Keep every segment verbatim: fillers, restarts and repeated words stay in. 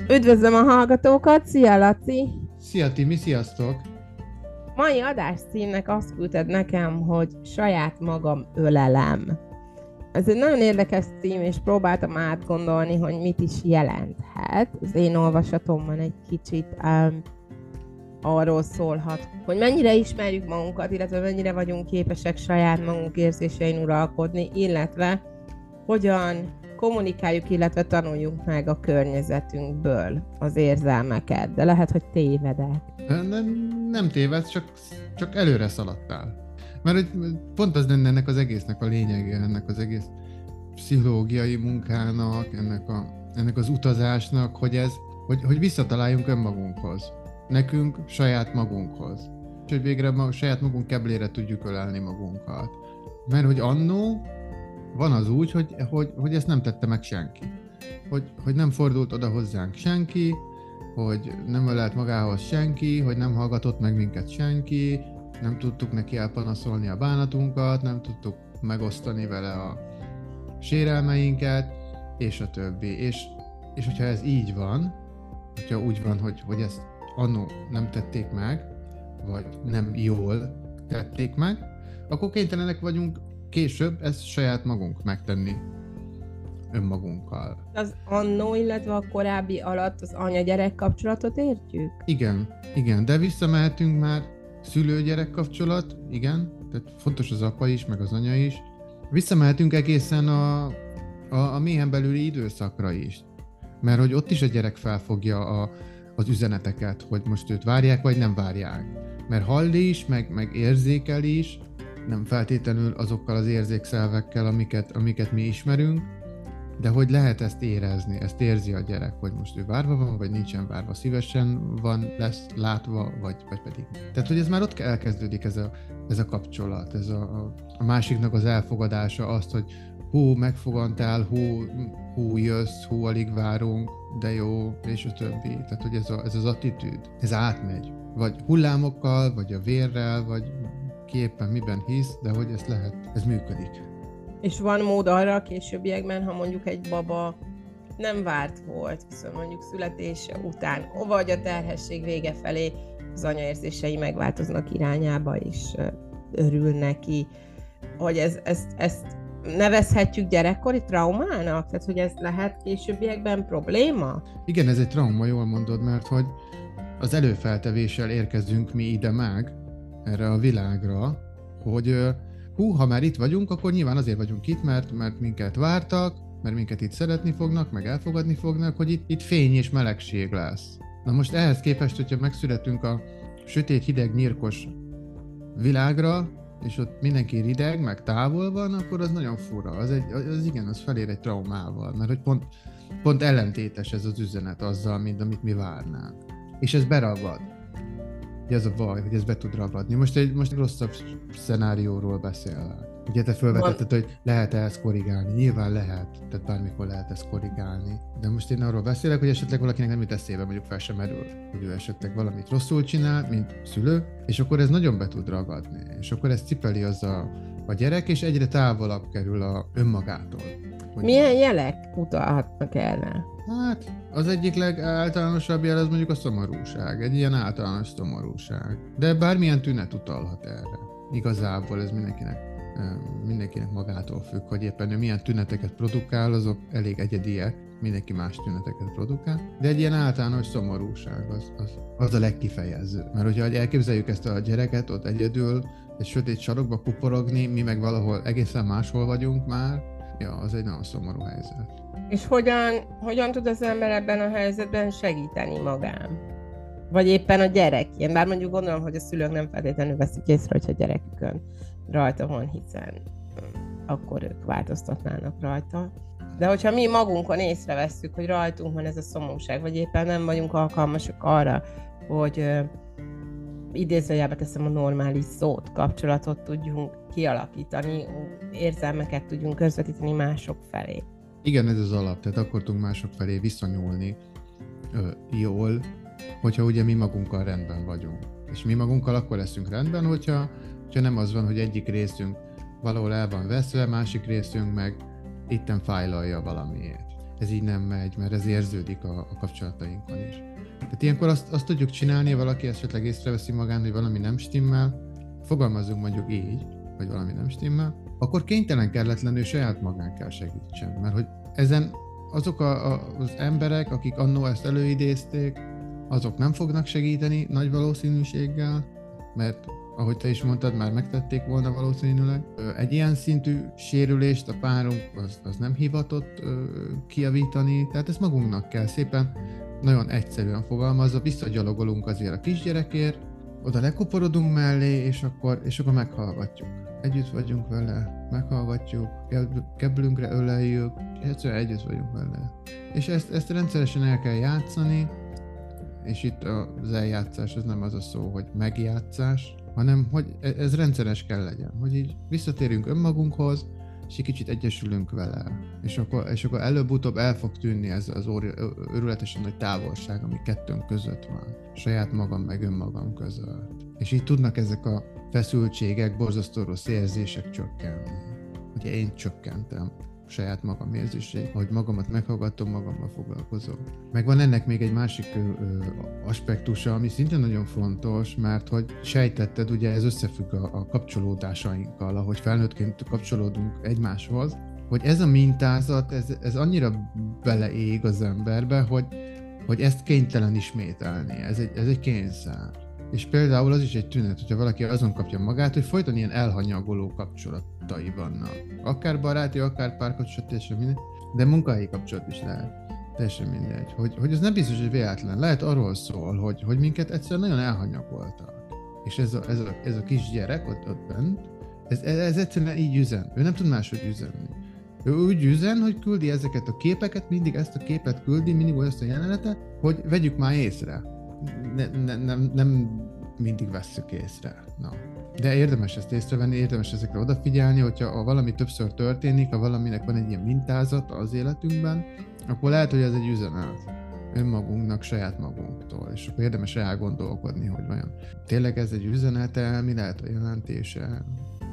Üdvözlöm a hallgatókat, szia Laci! Szia Timi, sziasztok! Mai adás címnek azt küldted nekem, hogy saját magam ölelem. Ez egy nagyon érdekes cím, és próbáltam átgondolni, hogy mit is jelenthet. Az én olvasatomban egy kicsit um, arról szólhat, hogy mennyire ismerjük magunkat, illetve mennyire vagyunk képesek saját magunk érzésein uralkodni, illetve hogyan kommunikáljuk, illetve tanuljuk meg a környezetünkből az érzelmeket, de lehet, hogy tévedek. Nem, nem tévedsz, csak, csak előre szaladtál. Mert hogy pont az lenne ennek az egésznek a lényege, ennek az egész pszichológiai munkának, ennek, a, ennek az utazásnak, hogy, ez, hogy, hogy visszataláljunk önmagunkhoz. Nekünk, saját magunkhoz. És hogy végre ma, saját magunk keblére tudjuk ölelni magunkat. Mert hogy annó van az úgy, hogy, hogy, hogy ezt nem tette meg senki. Hogy, hogy nem fordult oda hozzánk senki, hogy nem ölelt magához senki, hogy nem hallgatott meg minket senki, nem tudtuk neki elpanaszolni a bánatunkat, nem tudtuk megosztani vele a sérelmeinket, és a többi. És, és hogyha ez így van, hogyha úgy van, hogy, hogy ezt annó nem tették meg, vagy nem jól tették meg, akkor kénytelenek vagyunk később ezt saját magunk megtenni önmagunkkal. Az annó, illetve a korábbi alatt az anya-gyerek kapcsolatot értjük? Igen, igen, de visszamehetünk már szülő-gyerek kapcsolat, igen, tehát fontos az apa is, meg az anya is. Visszamehetünk egészen a, a, a mélyen belüli időszakra is, mert hogy ott is a gyerek felfogja a, az üzeneteket, hogy most őt várják, vagy nem várják. Mert hall is, meg, meg érzékel is, nem feltétlenül azokkal az érzékszelvekkel, amiket, amiket mi ismerünk, de hogy lehet ezt érezni, ezt érzi a gyerek, hogy most ő várva van, vagy nincsen várva, szívesen van, lesz látva, vagy, vagy pedig. Tehát, hogy ez már ott elkezdődik ez a, ez a kapcsolat, ez a, a, a másiknak az elfogadása, azt, hogy hú, megfogantál, hú, hú, jössz, hú, alig várunk, de jó, és a többi. Tehát, hogy ez, a, ez az attitűd, ez átmegy. Vagy hullámokkal, vagy a vérrel, vagy ki éppen miben hisz, de hogy ez lehet, ez működik. És van mód arra a későbbiekben, ha mondjuk egy baba nem várt volt, viszont mondjuk születése után, vagy a terhesség vége felé az anyaérzései megváltoznak irányába, és örül neki, hogy ez, ezt, ezt nevezhetjük gyerekkori traumának? Tehát, hogy ez lehet későbbiekben probléma? Igen, ez egy trauma, jól mondod, mert hogy az előfeltevéssel érkezünk mi ide meg, erre a világra, hogy hú, ha már itt vagyunk, akkor nyilván azért vagyunk itt, mert, mert minket vártak, mert minket itt szeretni fognak, meg elfogadni fognak, hogy itt, itt fény és melegség lesz. Na most ehhez képest, hogyha megszületünk a sötét, hideg, nyírkos világra, és ott mindenki rideg, meg távol van, akkor az nagyon fura. Az, egy, az igen, az felér egy traumával, mert hogy pont, pont ellentétes ez az üzenet azzal, mint amit mi várnánk. És ez beragad. Ugye az a baj, hogy ez be tud ragadni. Most egy, most egy rosszabb szenárióról beszélek. Ugye te felvetetted, hogy lehet-e ezt korrigálni? Nyilván lehet, tehát bármikor lehet ezt korrigálni. De most én arról beszélek, hogy esetleg valakinek nem jut eszébe, mondjuk fel sem merül, hogy ő esetleg valamit rosszul csinál, mint szülő, és akkor ez nagyon be tud ragadni. És akkor ez cipeli az a, a gyerek, és egyre távolabb kerül a önmagától. Milyen jelek utalhatnak erre? Hát, az egyik legáltalánosabb jel az mondjuk a szomorúság, egy ilyen általános szomorúság. De bármilyen tünet utalhat erre. Igazából ez mindenkinek, mindenkinek magától függ, hogy éppen ő milyen tüneteket produkál, azok elég egyediek, mindenki más tüneteket produkál, de egy ilyen általános szomorúság az, az, az a legkifejező. Mert hogyha elképzeljük ezt a gyereket ott egyedül, egy sötét sarokba kuporogni, mi meg valahol egészen máshol vagyunk már, ja, az egy nagyon szomorú helyzet. És hogyan, hogyan tud az ember ebben a helyzetben segíteni magán? Vagy éppen a gyerek ilyen? Bár mondjuk gondolom, hogy a szülők nem feltétlenül veszik észre, hogyha a gyerekükön rajta van, hiszen akkor ők változtatnának rajta. De hogyha mi magunkon észrevesszük, hogy rajtunk van ez a szomorúság, vagy éppen nem vagyunk alkalmasak arra, hogy uh, idézőjelbe teszem a normális szót, kapcsolatot tudjunk kialakítani, érzelmeket tudjunk közvetíteni mások felé. Igen, ez az alap, tehát akkor tudunk mások felé viszonyulni ö, jól, hogyha ugye mi magunkkal rendben vagyunk. És mi magunkkal akkor leszünk rendben, hogyha, hogyha nem az van, hogy egyik részünk valahol el van veszve, másik részünk meg itten fájlalja valamiért. ez így nem megy, mert ez érződik a, a kapcsolatainkon is. Tehát ilyenkor azt, azt tudjuk csinálni, valaki esetleg észreveszi magán, hogy valami nem stimmel, fogalmazunk mondjuk így, hogy valami nem stimmel, akkor kénytelen kelletlenül saját magán kell segítsen, mert hogy ezen azok a, a, az emberek, akik annó ezt előidézték, azok nem fognak segíteni nagy valószínűséggel, mert ahogy te is mondtad, már megtették volna valószínűleg. Egy ilyen szintű sérülést a párunk az, az nem hivatott ö, kijavítani, tehát ezt magunknak kell szépen, nagyon egyszerűen fogalmazva, visszagyalogolunk azért a kisgyerekért, oda lekoporodunk mellé, és akkor, és akkor meghallgatjuk. Együtt vagyunk vele, meghallgatjuk, keblünkre öleljük, és egyszerűen együtt vagyunk vele. És ezt, ezt rendszeresen el kell játszani, és itt az eljátszás, ez nem az a szó, hogy megjátszás, hanem hogy ez rendszeres kell legyen, hogy így visszatérünk önmagunkhoz, és egy kicsit egyesülünk vele. És akkor, és akkor előbb-utóbb el fog tűnni ez az őrületesen nagy távolság, ami kettőnk között van. Saját magam meg önmagam között. És így tudnak ezek a feszültségek, borzasztó rossz érzések csökkenni. Ugye én csökkentem saját magam érzéseit, hogy magamat meghallgatom, magammal foglalkozom. Meg van ennek még egy másik ö, ö, aspektusa, ami szintén nagyon fontos, mert hogy sejtetted, ugye ez összefügg a, a kapcsolódásainkkal, ahogy felnőttként kapcsolódunk egymáshoz, hogy ez a mintázat, ez, ez annyira beleég az emberbe, hogy, hogy ezt kénytelen ismételni, ez egy, ez egy kényszer. És például az is egy tünet, hogyha valaki azon kapja magát, hogy folyton ilyen elhanyagoló kapcsolatai vannak. Akár baráti, akár párkapcsolat, teljesen mindegy, de munkahelyi kapcsolat is lehet. Teljesen mindegy. Hogy, hogy ez nem biztos, hogy véletlen. Lehet arról szól, hogy, hogy minket egyszerűen nagyon elhanyagoltak. És ez a, ez a, ez a kis gyerek ott, ott bent, ez, ez egyszerűen így üzen. Ő nem tud máshogy üzenni. Ő úgy üzen, hogy küldi ezeket a képeket, mindig ezt a képet küldi, mindig ezt a jelenetet, hogy vegyük már észre. Ne, ne, nem, nem mindig vesszük észre. No. De érdemes ezt észrevenni, érdemes ezekre odafigyelni, hogyha valami többször történik, ha valaminek van egy ilyen mintázat az életünkben, akkor lehet, hogy ez egy üzenet önmagunknak, saját magunktól, és akkor érdemes elgondolkodni, hogy vajon tényleg ez egy üzenete, mi lehet a jelentése,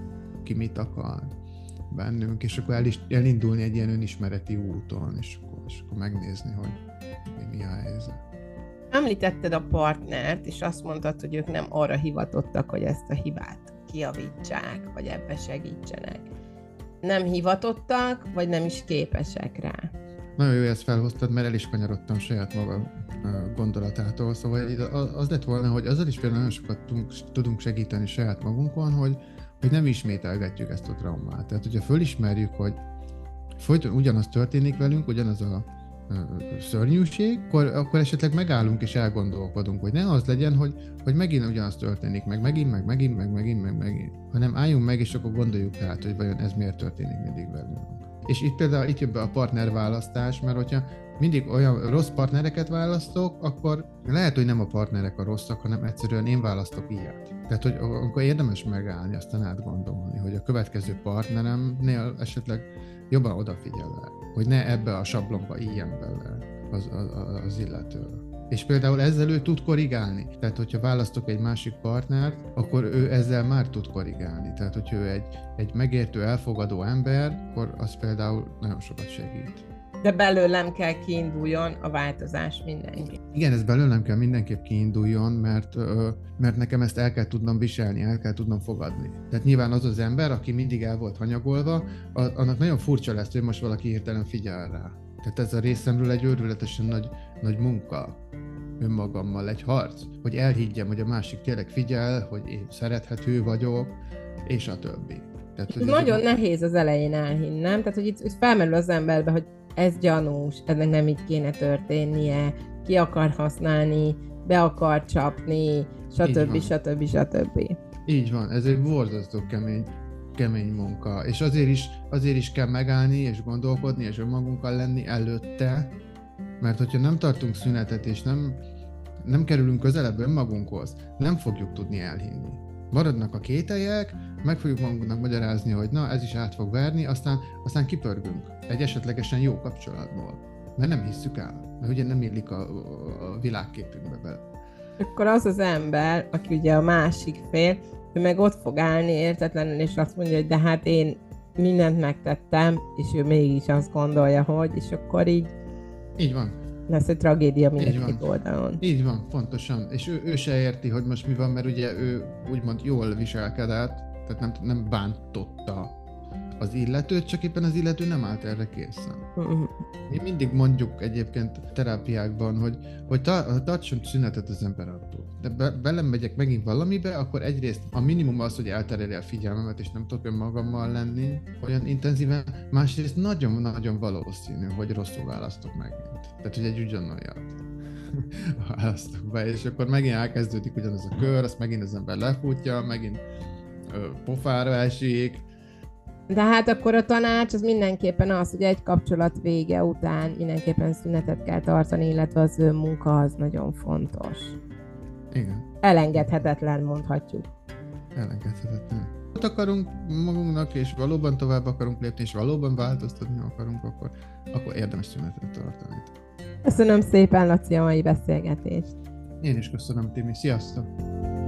ki mit akar bennünk, és akkor el is, elindulni egy ilyen önismereti úton, és akkor, és akkor megnézni, hogy mi a helyzet. Említetted a partnert, és azt mondtad, hogy ők nem arra hivatottak, hogy ezt a hibát kijavítsák, vagy ebbe segítsenek. Nem hivatottak, vagy nem is képesek rá? Nagyon jó, ezt felhoztad, mert el is kanyarodtam saját maga gondolatától. Szóval az lett volna, hogy azzal is például nagyon sokat tudunk segíteni saját magunkon, hogy, hogy nem ismételgetjük ezt a traumát. Tehát, hogyha fölismerjük, hogy folyton ugyanaz történik velünk, ugyanaz a szörnyűség, akkor, akkor esetleg megállunk és elgondolkodunk, hogy ne az legyen, hogy, hogy megint ugyanaz történik, meg megint, meg megint, meg megint, meg megint, hanem álljunk meg, és akkor gondoljuk át, hogy vajon ez miért történik mindig velünk. És itt például itt jön be a partnerválasztás, mert hogyha mindig olyan rossz partnereket választok, akkor lehet, hogy nem a partnerek a rosszak, hanem egyszerűen én választok ilyet. Tehát, hogy akkor érdemes megállni, aztán átgondolni, hogy a következő partneremnél esetleg jobban odafigyelek, hogy ne ebbe a sablonba íjjen bele az, az, az illető. És például ezzel ő tud korrigálni. Tehát, hogyha választok egy másik partnert, akkor ő ezzel már tud korrigálni. Tehát, hogyha ő egy, egy megértő, elfogadó ember, akkor az például nagyon sokat segít. De belőlem kell kiinduljon a változás mindenki. Igen, ez belőlem kell mindenképp kiinduljon, mert, mert nekem ezt el kell tudnom viselni, el kell tudnom fogadni. Tehát nyilván az az ember, aki mindig el volt hanyagolva, annak nagyon furcsa lesz, hogy most valaki hirtelen figyel rá. Tehát ez a részemről egy őrületesen nagy, nagy munka önmagammal, egy harc, hogy elhiggyem, hogy a másik tényleg figyel, hogy én szerethető vagyok, és a többi. Tehát, hogy nagyon ez nehéz az elején elhinni, nem? Tehát, hogy itt, itt felmerül az emberbe, hogy ez gyanús, ennek nem így kéne történnie, ki akar használni, be akar csapni, stb. stb. stb. Így van, ez egy borzasztó kemény, kemény munka, és azért is, azért is kell megállni, és gondolkodni, és önmagunkkal lenni előtte, mert hogyha nem tartunk szünetet, és nem, nem kerülünk közelebb önmagunkhoz, nem fogjuk tudni elhinni. Maradnak a kételyek, meg fogjuk magunknak magyarázni, hogy na, ez is át fog verni, aztán, aztán kipörgünk egy esetlegesen jó kapcsolatból. Mert nem hisszük el, mert ugye nem illik a, a világképünkbe bele. Akkor az az ember, aki ugye a másik fél, ő meg ott fog állni értetlenül, és azt mondja, hogy de hát én mindent megtettem, és ő mégis azt gondolja, hogy, és akkor így Így van. lesz egy tragédia mindegyik oldalon. Így van, pontosan. És ő, ő se érti, hogy most mi van, mert ugye ő úgymond jól viselkedett, tehát nem, nem bántotta az illetőt, csak éppen az illető nem állt erre készen. Uh-huh. Mi mindig mondjuk egyébként terápiákban, hogy, hogy ta, tartson szünetet az ember attól. De be, belemegyek megint valamibe, akkor egyrészt a minimum az, hogy eltereli a figyelmemet, és nem tudok önmagammal lenni olyan intenzíven, másrészt nagyon-nagyon valószínű, hogy rosszul választok megint. Tehát, hogy egy ugyanolyat választok be, és akkor megint elkezdődik ugyanaz a kör, azt megint az ember lefutja, megint ö, pofára esik. De hát akkor a tanács az mindenképpen az, hogy egy kapcsolat vége után mindenképpen szünetet kell tartani, illetve az önmunka az nagyon fontos. Igen. Elengedhetetlen, mondhatjuk. Elengedhetetlen. Ott akarunk magunknak, és valóban tovább akarunk lépni, és valóban változtatni akarunk, akkor, akkor érdemes szünetet tartani. Köszönöm szépen, Laci, a mai beszélgetést. Én is köszönöm, Timi. Sziasztok!